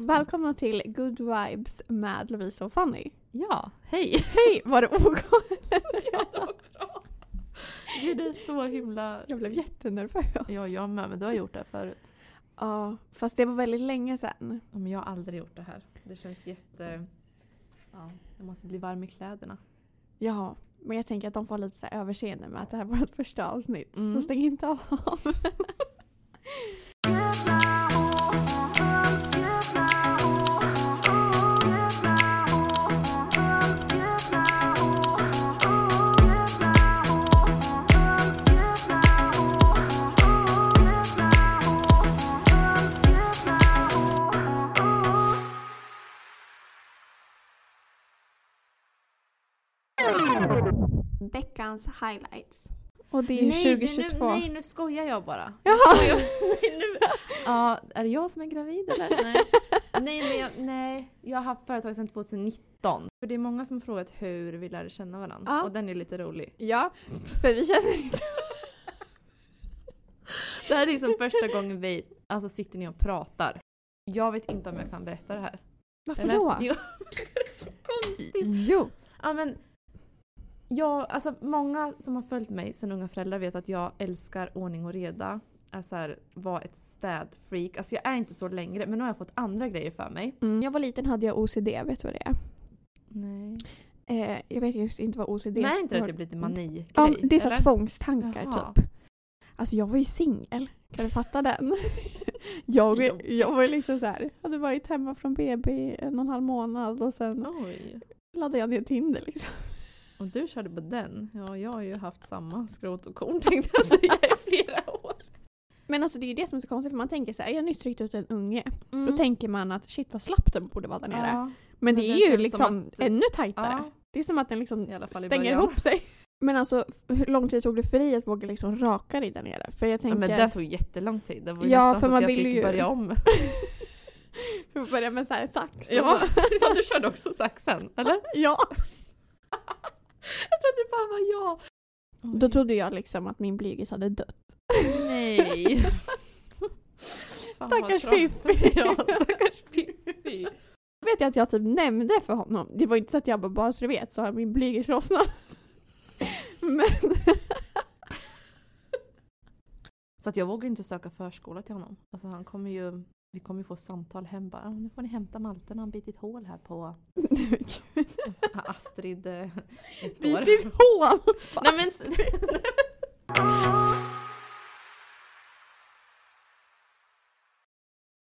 Välkomna till Good Vibes med Lovisa och Fanny. Ja, hej. Hej, var det OK? Ja, det var bra. Gud, det är så himla... Jag blev jättenervös. Ja, jag med, men du har gjort det förut. Ja, fast det var väldigt länge sedan. Ja, men jag har aldrig gjort det här. Det känns jätte... Ja, jag måste bli varm i kläderna. Ja, men jag tänker att de får lite så här överseende med att det här var vårt första avsnitt. Så stäng inte av. Veckans highlights. Och det är ju 2022. Nu skojar jag bara. Jaha. Ja, är det jag som är gravid eller? Nej, jag har haft företag sedan 2019. För det är många som har frågat hur vi lärde känna varandra. Ja. Och den är lite rolig. Ja, för vi känner inte. Det här är liksom första gången vi sitter ner och pratar. Jag vet inte om jag kan berätta det här. Varför då? Jo, det är så konstigt. Jo. Ja, men många som har följt mig sedan unga föräldrar vet att jag älskar ordning och reda. Var ett städfreak. Alltså jag är inte så längre, men nu har jag fått andra grejer för mig. Jag var liten hade jag OCD, vet du vad det är? Nej. Jag vet just inte vad OCD är. Men är inte det typ lite mani-grej? Ja, det är så eller? tvångstankar. Jaha. Typ. Alltså jag var ju singel. Kan du fatta den? jag var liksom så här. Hade varit hemma från BB 1,5 månad och sen laddade jag ner Tinder liksom. Och du körde på den? Ja, jag har ju haft samma skrot och korn tänkte jag säga i flera år. Men alltså det är ju det som är så konstigt, för man tänker så här, jag har nyss tryckt ut en unge. Då tänker man att shit vad slapp den borde vara där nere. Ja. Men det är ju liksom ännu tajtare. Ja. Det är som att den liksom I alla fall i stänger början. ihop sig. Men alltså hur lång tid tog det för dig att våga liksom raka dig där nere? För jag tänker... Ja, men det tog jättelång tid. Det var ju Ja, nästan för så man att jag vill fick ju börja om. Du får börja med så här sax. Ja, du körde också saxen, eller? Ja. Jag trodde det bara var jag. Då trodde jag liksom att min blygis hade dött. Nej. Stackars Fiffi. Ja, stackars Fiffi. Vet jag att jag typ nämnde för honom. Det var inte så att jag bara så du vet så har min blygis lossnat. Men... Så att jag vågar inte söka förskola till honom. Alltså vi kommer ju få samtal hem bara. Nu får ni hämta Malte, han bitit hål här på Astrid 1 år. Bitit hål? Nej men...